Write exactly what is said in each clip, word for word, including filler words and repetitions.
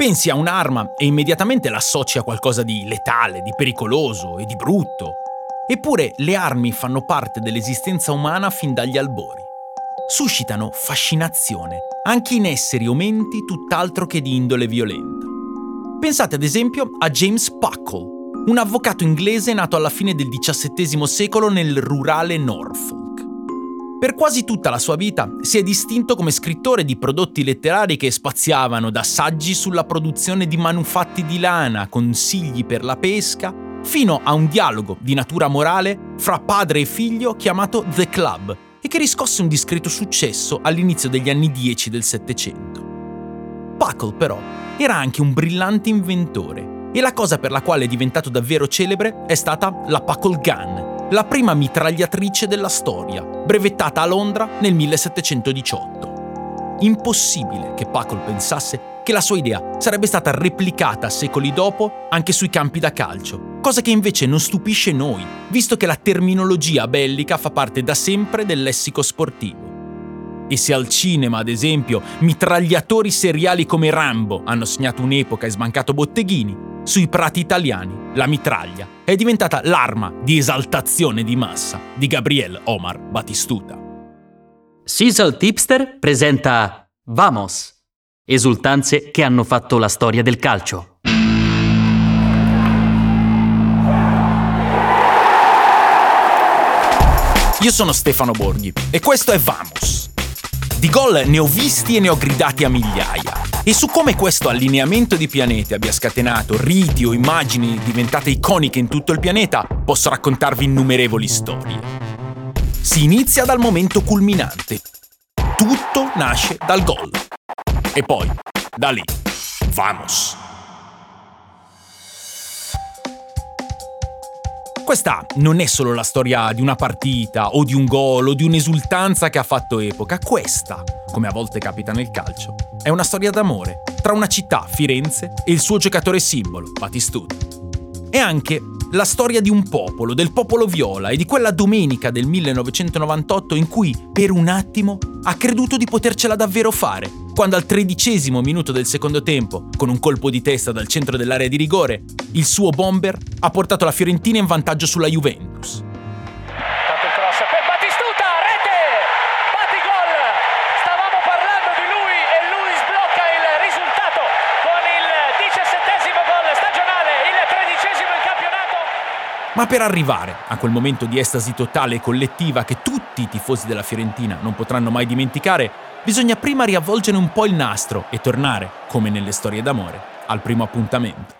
Pensi a un'arma e immediatamente l'associ a qualcosa di letale, di pericoloso e di brutto. Eppure le armi fanno parte dell'esistenza umana fin dagli albori. Suscitano fascinazione, anche in esseri o menti tutt'altro che di indole violenta. Pensate ad esempio a James Puckle, un avvocato inglese nato alla fine del diciassettesimo secolo nel rurale Norfolk. Per quasi tutta la sua vita si è distinto come scrittore di prodotti letterari che spaziavano da saggi sulla produzione di manufatti di lana, consigli per la pesca, fino a un dialogo di natura morale fra padre e figlio chiamato The Club e che riscosse un discreto successo all'inizio degli anni dieci del Settecento. Puckle, però, era anche un brillante inventore e la cosa per la quale è diventato davvero celebre è stata la Puckle Gun, la prima mitragliatrice della storia, brevettata a Londra nel millesettecentodiciotto. Impossibile che Puckle pensasse che la sua idea sarebbe stata replicata secoli dopo anche sui campi da calcio, cosa che invece non stupisce noi, visto che la terminologia bellica fa parte da sempre del lessico sportivo. E se al cinema, ad esempio, mitragliatori seriali come Rambo hanno segnato un'epoca e sbancato botteghini, sui prati italiani la mitraglia è diventata l'arma di esaltazione di massa di Gabriel Omar Batistuta. Sisal Tipster presenta Vamos, esultanze che hanno fatto la storia del calcio. Io sono Stefano Borghi e questo è Vamos. Di gol ne ho visti e ne ho gridati a migliaia. E su come questo allineamento di pianeti abbia scatenato riti o immagini diventate iconiche in tutto il pianeta, posso raccontarvi innumerevoli storie. Si inizia dal momento culminante. Tutto nasce dal gol. E poi, da lì, vamos. Questa non è solo la storia di una partita o di un gol o di un'esultanza che ha fatto epoca. Questa, come a volte capita nel calcio, è una storia d'amore tra una città, Firenze, e il suo giocatore simbolo, Batistuta. È anche la storia di un popolo, del popolo viola e di quella domenica del millenovecentonovantotto in cui, per un attimo, ha creduto di potercela davvero fare, quando al tredicesimo minuto del secondo tempo, con un colpo di testa dal centro dell'area di rigore, il suo bomber ha portato la Fiorentina in vantaggio sulla Juventus. Tanto il cross per Batistuta, rete! Batigol! Stavamo parlando di lui e lui sblocca il risultato con il diciassettesimo gol stagionale, il tredicesimo in campionato. Ma per arrivare a quel momento di estasi totale e collettiva che tutti i tifosi della Fiorentina non potranno mai dimenticare, bisogna prima riavvolgere un po' il nastro e tornare, come nelle storie d'amore, al primo appuntamento.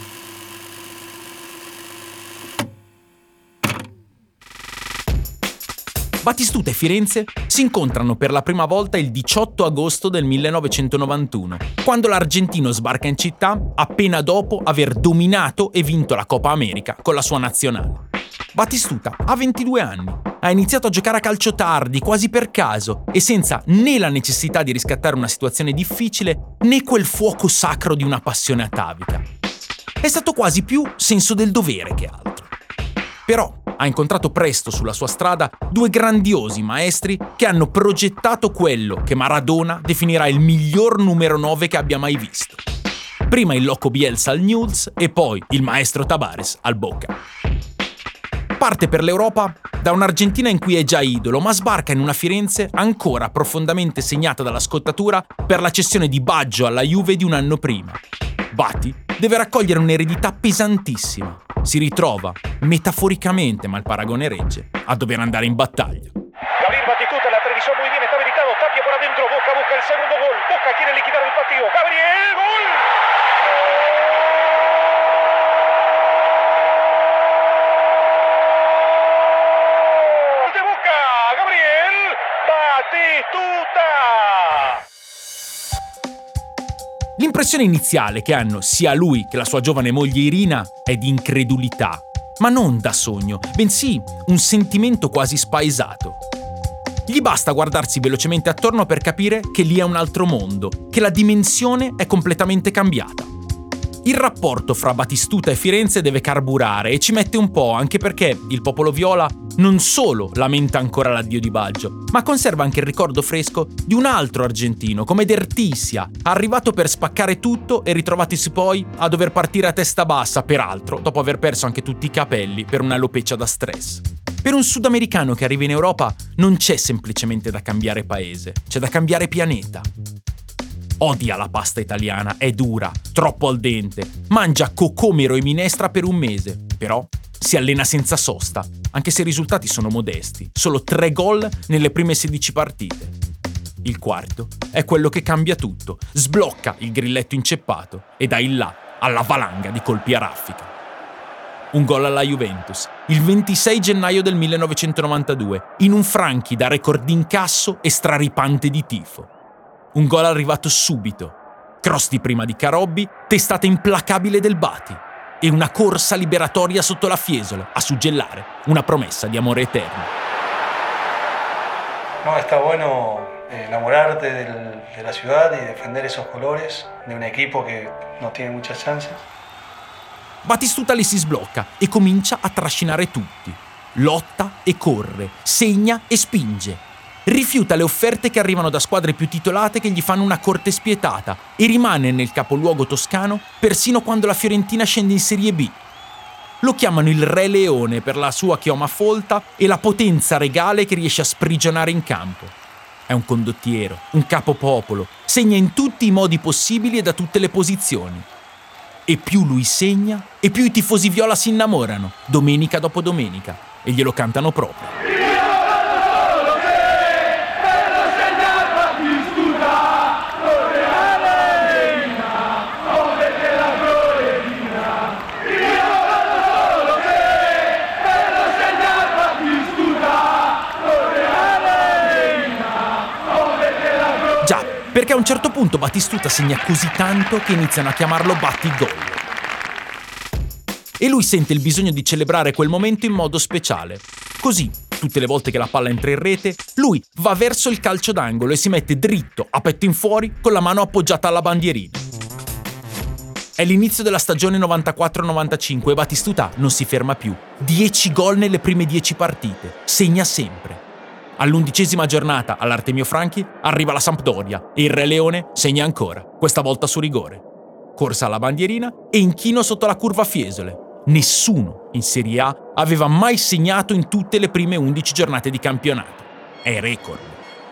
Batistuta e Firenze si incontrano per la prima volta il diciotto agosto del millenovecentonovantuno, quando l'argentino sbarca in città appena dopo aver dominato e vinto la Coppa America con la sua nazionale. Batistuta ha ventidue anni, ha iniziato a giocare a calcio tardi, quasi per caso, e senza né la necessità di riscattare una situazione difficile, né quel fuoco sacro di una passione atavica. È stato quasi più senso del dovere che altro. Però ha incontrato presto sulla sua strada due grandiosi maestri che hanno progettato quello che Maradona definirà il miglior numero nove che abbia mai visto. Prima il loco Bielsa al Newell's e poi il maestro Tavares al Boca. Parte per l'Europa da un'Argentina in cui è già idolo, ma sbarca in una Firenze ancora profondamente segnata dalla scottatura per la cessione di Baggio alla Juve di un anno prima. Bati deve raccogliere un'eredità pesantissima. Si ritrova, metaforicamente, ma il paragone regge, a dover andare in battaglia. Gabriel Batistuta, la televisión muy bien, está habilitado, Tapia por adentro, Boca busca el segundo gol, Boca quiere liquidar el partido, Gabriel, gol! ¡Gol de Boca! Gabriel Batistuta! L'impressione iniziale che hanno sia lui che la sua giovane moglie Irina è di incredulità, ma non da sogno, bensì un sentimento quasi spaesato. Gli basta guardarsi velocemente attorno per capire che lì è un altro mondo, che la dimensione è completamente cambiata. Il rapporto fra Batistuta e Firenze deve carburare e ci mette un po', anche perché il popolo viola non solo lamenta ancora l'addio di Baggio, ma conserva anche il ricordo fresco di un altro argentino, come Dertissia, arrivato per spaccare tutto e ritrovatisi poi a dover partire a testa bassa, peraltro dopo aver perso anche tutti i capelli per una alopecia da stress. Per un sudamericano che arriva in Europa non c'è semplicemente da cambiare paese, c'è da cambiare pianeta. Odia la pasta italiana, è dura, troppo al dente, mangia cocomero e minestra per un mese, però si allena senza sosta, anche se i risultati sono modesti, solo tre gol nelle prime sedici partite. Il quarto è quello che cambia tutto, sblocca il grilletto inceppato e dà il là alla valanga di colpi a raffica. Un gol alla Juventus, il ventisei gennaio del millenovecentonovantadue, in un Franchi da record d'incasso e straripante di tifo. Un gol arrivato subito, cross di prima di Carobbi, testata implacabile del Bati e una corsa liberatoria sotto la Fiesole a suggellare una promessa di amore eterno. No, está bueno enamorarte del, de la ciudad y defender esos colores de un equipo que no tiene muchas chances. Batistuta li si sblocca e comincia a trascinare tutti. Lotta e corre, segna e spinge. Rifiuta le offerte che arrivano da squadre più titolate che gli fanno una corte spietata e rimane nel capoluogo toscano persino quando la Fiorentina scende in Serie B. Lo chiamano il Re Leone per la sua chioma folta e la potenza regale che riesce a sprigionare in campo. È un condottiero, un capopopolo, segna in tutti i modi possibili e da tutte le posizioni. E più lui segna, e più i tifosi viola si innamorano, domenica dopo domenica, e glielo cantano proprio. Perché a un certo punto Batistuta segna così tanto che iniziano a chiamarlo Batigol. E lui sente il bisogno di celebrare quel momento in modo speciale. Così, tutte le volte che la palla entra in rete, lui va verso il calcio d'angolo e si mette dritto, a petto in fuori, con la mano appoggiata alla bandierina. È l'inizio della stagione novantaquattro novantacinque e Batistuta non si ferma più. dieci gol nelle prime dieci partite. Segna sempre. All'undicesima giornata, all'Artemio Franchi, arriva la Sampdoria e il Re Leone segna ancora, questa volta su rigore. Corsa alla bandierina e inchino sotto la curva Fiesole. Nessuno in Serie A aveva mai segnato in tutte le prime undici giornate di campionato. È record.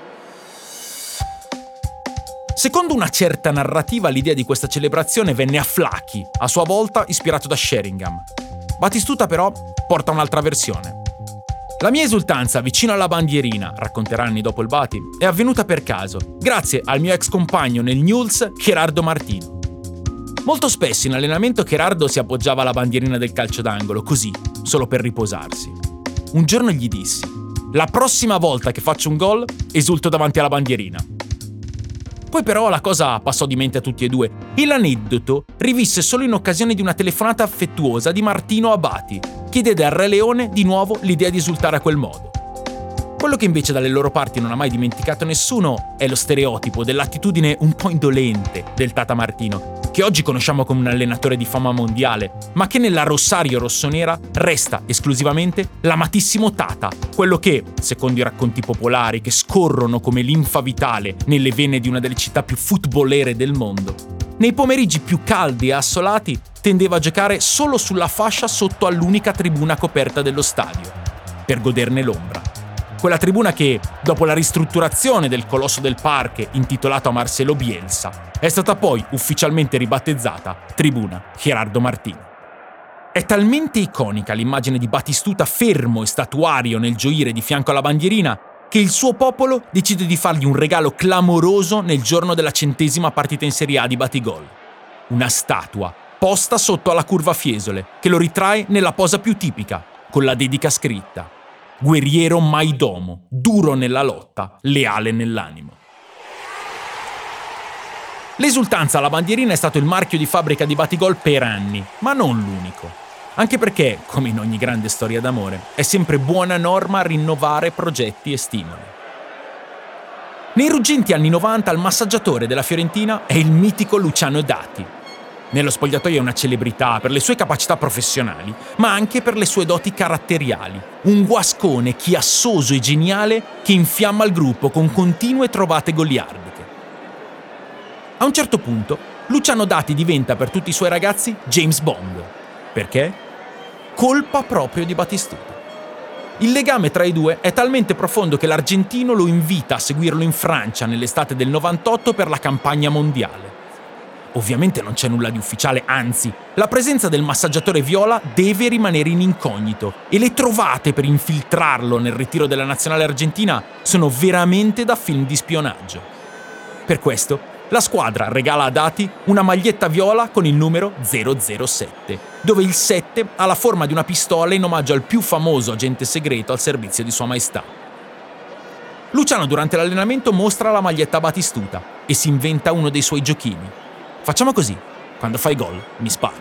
Secondo una certa narrativa, l'idea di questa celebrazione venne a Flacchi, a sua volta ispirato da Sheringham. Batistuta però porta un'altra versione. La mia esultanza vicino alla bandierina, racconterà anni dopo il Bati, è avvenuta per caso, grazie al mio ex compagno nel Newell's, Gerardo Martino. Molto spesso in allenamento Gerardo si appoggiava alla bandierina del calcio d'angolo, così, solo per riposarsi. Un giorno gli dissi: la prossima volta che faccio un gol, esulto davanti alla bandierina. Poi però la cosa passò di mente a tutti e due e l'aneddoto rivisse solo in occasione di una telefonata affettuosa di Martino a Bati, che diede al Re Leone di nuovo l'idea di esultare a quel modo. Quello che invece dalle loro parti non ha mai dimenticato nessuno è lo stereotipo dell'attitudine un po' indolente del Tata Martino, che oggi conosciamo come un allenatore di fama mondiale, ma che nella Rosario rossonera resta esclusivamente l'amatissimo Tata, quello che, secondo i racconti popolari che scorrono come linfa vitale nelle vene di una delle città più footballere del mondo, nei pomeriggi più caldi e assolati tendeva a giocare solo sulla fascia sotto all'unica tribuna coperta dello stadio, per goderne l'ombra. Quella tribuna che, dopo la ristrutturazione del Colosso del Parque intitolato a Marcelo Bielsa, è stata poi ufficialmente ribattezzata Tribuna Gerardo Martino. È talmente iconica l'immagine di Batistuta fermo e statuario nel gioire di fianco alla bandierina che il suo popolo decide di fargli un regalo clamoroso nel giorno della centesima partita in Serie A di Batigol. Una statua posta sotto alla curva Fiesole che lo ritrae nella posa più tipica, con la dedica scritta: guerriero mai domo, duro nella lotta, leale nell'animo. L'esultanza alla bandierina è stato il marchio di fabbrica di Batigol per anni, ma non l'unico. Anche perché, come in ogni grande storia d'amore, è sempre buona norma rinnovare progetti e stimoli. Nei ruggenti anni novanta il massaggiatore della Fiorentina è il mitico Luciano Dati. Nello spogliatoio è una celebrità per le sue capacità professionali, ma anche per le sue doti caratteriali. Un guascone chiassoso e geniale che infiamma il gruppo con continue trovate goliardiche. A un certo punto, Luciano Dati diventa per tutti i suoi ragazzi James Bond. Perché? Colpa proprio di Batistuta. Il legame tra i due è talmente profondo che l'argentino lo invita a seguirlo in Francia nell'estate del novantotto per la campagna mondiale. Ovviamente non c'è nulla di ufficiale, anzi, la presenza del massaggiatore viola deve rimanere in incognito e le trovate per infiltrarlo nel ritiro della nazionale argentina sono veramente da film di spionaggio. Per questo, la squadra regala a Dati una maglietta viola con il numero zero zero sette, dove il sette ha la forma di una pistola in omaggio al più famoso agente segreto al servizio di Sua Maestà. Luciano durante l'allenamento mostra la maglietta a Batistuta e si inventa uno dei suoi giochini. Facciamo così, quando fai gol mi spari.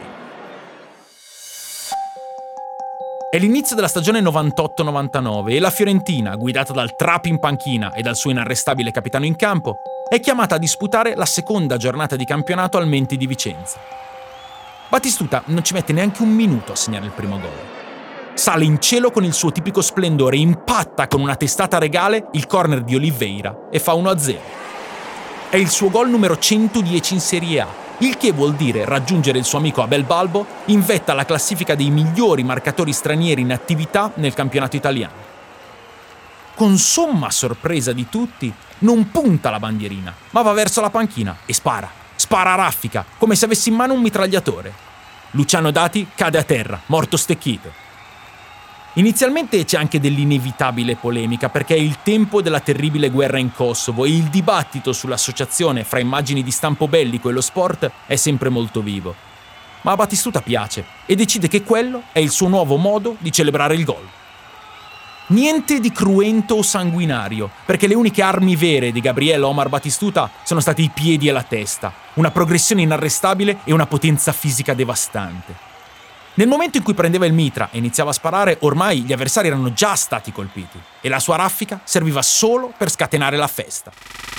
È l'inizio della stagione novantotto novantanove e la Fiorentina, guidata dal Trapi in panchina e dal suo inarrestabile capitano in campo, è chiamata a disputare la seconda giornata di campionato al Menti di Vicenza. Batistuta non ci mette neanche un minuto a segnare il primo gol. Sale in cielo con il suo tipico splendore, impatta con una testata regale il corner di Oliveira e fa uno a zero. È il suo gol numero centodieci in Serie A, il che vuol dire raggiungere il suo amico Abel Balbo in vetta alla classifica dei migliori marcatori stranieri in attività nel campionato italiano. Con somma sorpresa di tutti, non punta la bandierina, ma va verso la panchina e spara. Spara a raffica, come se avesse in mano un mitragliatore. Luciano Dati cade a terra, morto stecchito. Inizialmente c'è anche dell'inevitabile polemica, perché è il tempo della terribile guerra in Kosovo e il dibattito sull'associazione fra immagini di stampo bellico e lo sport è sempre molto vivo. Ma a Batistuta piace e decide che quello è il suo nuovo modo di celebrare il gol. Niente di cruento o sanguinario, perché le uniche armi vere di Gabriel Omar Batistuta sono stati i piedi e la testa, una progressione inarrestabile e una potenza fisica devastante. Nel momento in cui prendeva il mitra e iniziava a sparare, ormai gli avversari erano già stati colpiti e la sua raffica serviva solo per scatenare la festa.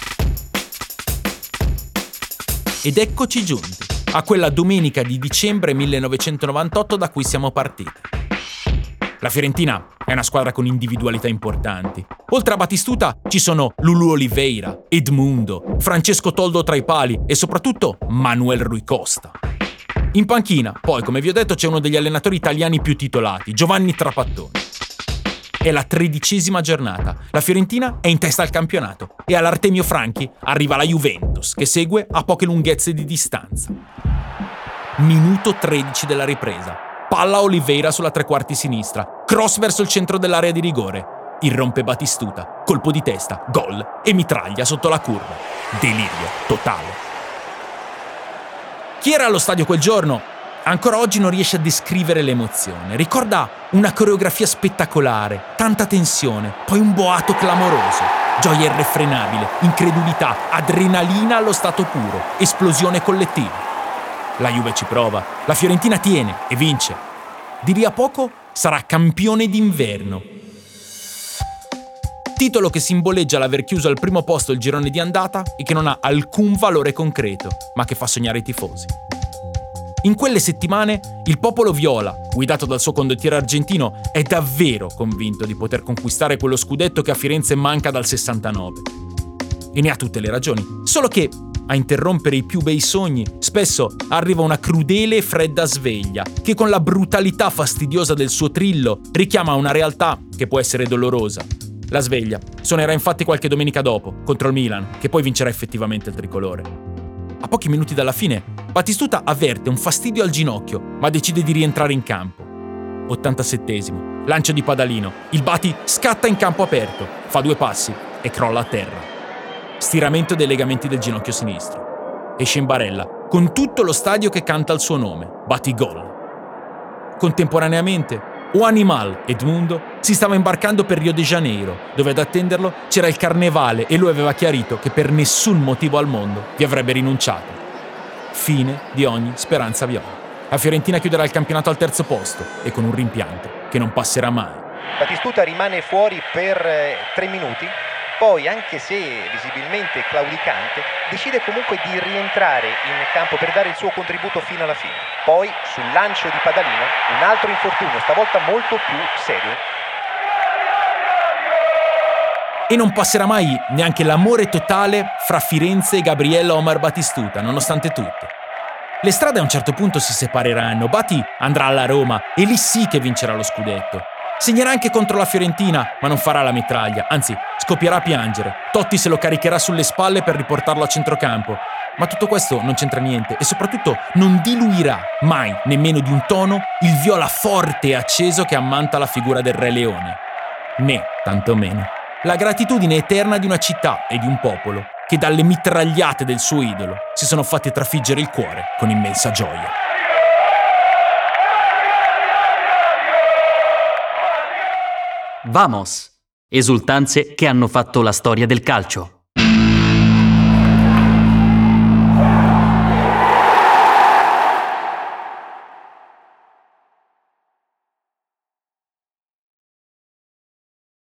Ed eccoci giunti a quella domenica di dicembre millenovecentonovantotto da cui siamo partiti. La Fiorentina è una squadra con individualità importanti. Oltre a Batistuta ci sono Lulù Oliveira, Edmundo, Francesco Toldo tra i pali e soprattutto Manuel Rui Costa. In panchina, poi, come vi ho detto, c'è uno degli allenatori italiani più titolati, Giovanni Trapattoni. È la tredicesima giornata, la Fiorentina è in testa al campionato e all'Artemio Franchi arriva la Juventus, che segue a poche lunghezze di distanza. Minuto tredici della ripresa. Palla Oliveira sulla tre quarti sinistra, cross verso il centro dell'area di rigore. Irrompe Batistuta, colpo di testa, gol e mitraglia sotto la curva. Delirio totale. Chi era allo stadio quel giorno ancora oggi non riesce a descrivere l'emozione. Ricorda una coreografia spettacolare, tanta tensione, poi un boato clamoroso, gioia irrefrenabile, incredulità, adrenalina allo stato puro, esplosione collettiva. La Juve ci prova, la Fiorentina tiene e vince. Di lì a poco sarà campione d'inverno. Titolo che simboleggia l'aver chiuso al primo posto il girone di andata e che non ha alcun valore concreto, ma che fa sognare i tifosi. In quelle settimane il popolo viola, guidato dal suo condottiero argentino, è davvero convinto di poter conquistare quello scudetto che a Firenze manca dal sessantanove. E ne ha tutte le ragioni, solo che a interrompere i più bei sogni spesso arriva una crudele e fredda sveglia che con la brutalità fastidiosa del suo trillo richiama una realtà che può essere dolorosa. La sveglia suonerà infatti qualche domenica dopo contro il Milan, che poi vincerà effettivamente il tricolore. A pochi minuti dalla fine Batistuta avverte un fastidio al ginocchio ma decide di rientrare in campo. ottantasettesimo, lancio di Padalino, il Bati scatta in campo aperto, fa due passi e crolla a terra. Stiramento dei legamenti del ginocchio sinistro. Esce in barella, con tutto lo stadio che canta il suo nome, Batigol. Contemporaneamente, O Animal, Edmundo, si stava imbarcando per Rio de Janeiro, dove ad attenderlo c'era il carnevale e lui aveva chiarito che per nessun motivo al mondo vi avrebbe rinunciato. Fine di ogni speranza viola. La Fiorentina chiuderà il campionato al terzo posto e con un rimpianto che non passerà mai. Batistuta rimane fuori per eh, tre minuti. poi, anche se visibilmente claudicante, decide comunque di rientrare in campo per dare il suo contributo fino alla fine. Poi, sul lancio di Padalino, un altro infortunio, stavolta molto più serio. E non passerà mai neanche l'amore totale fra Firenze e Gabriel Omar Batistuta, nonostante tutto. Le strade a un certo punto si separeranno, Bati andrà alla Roma e lì sì che vincerà lo scudetto. Segnerà anche contro la Fiorentina, ma non farà la mitraglia, anzi scoppierà a piangere. Totti se lo caricherà sulle spalle per riportarlo a centrocampo. Ma tutto questo non c'entra niente e soprattutto non diluirà mai, nemmeno di un tono, il viola forte e acceso che ammanta la figura del Re Leone. Né, tantomeno, la gratitudine eterna di una città e di un popolo che dalle mitragliate del suo idolo si sono fatti trafiggere il cuore con immensa gioia. Vamos! Esultanze che hanno fatto la storia del calcio.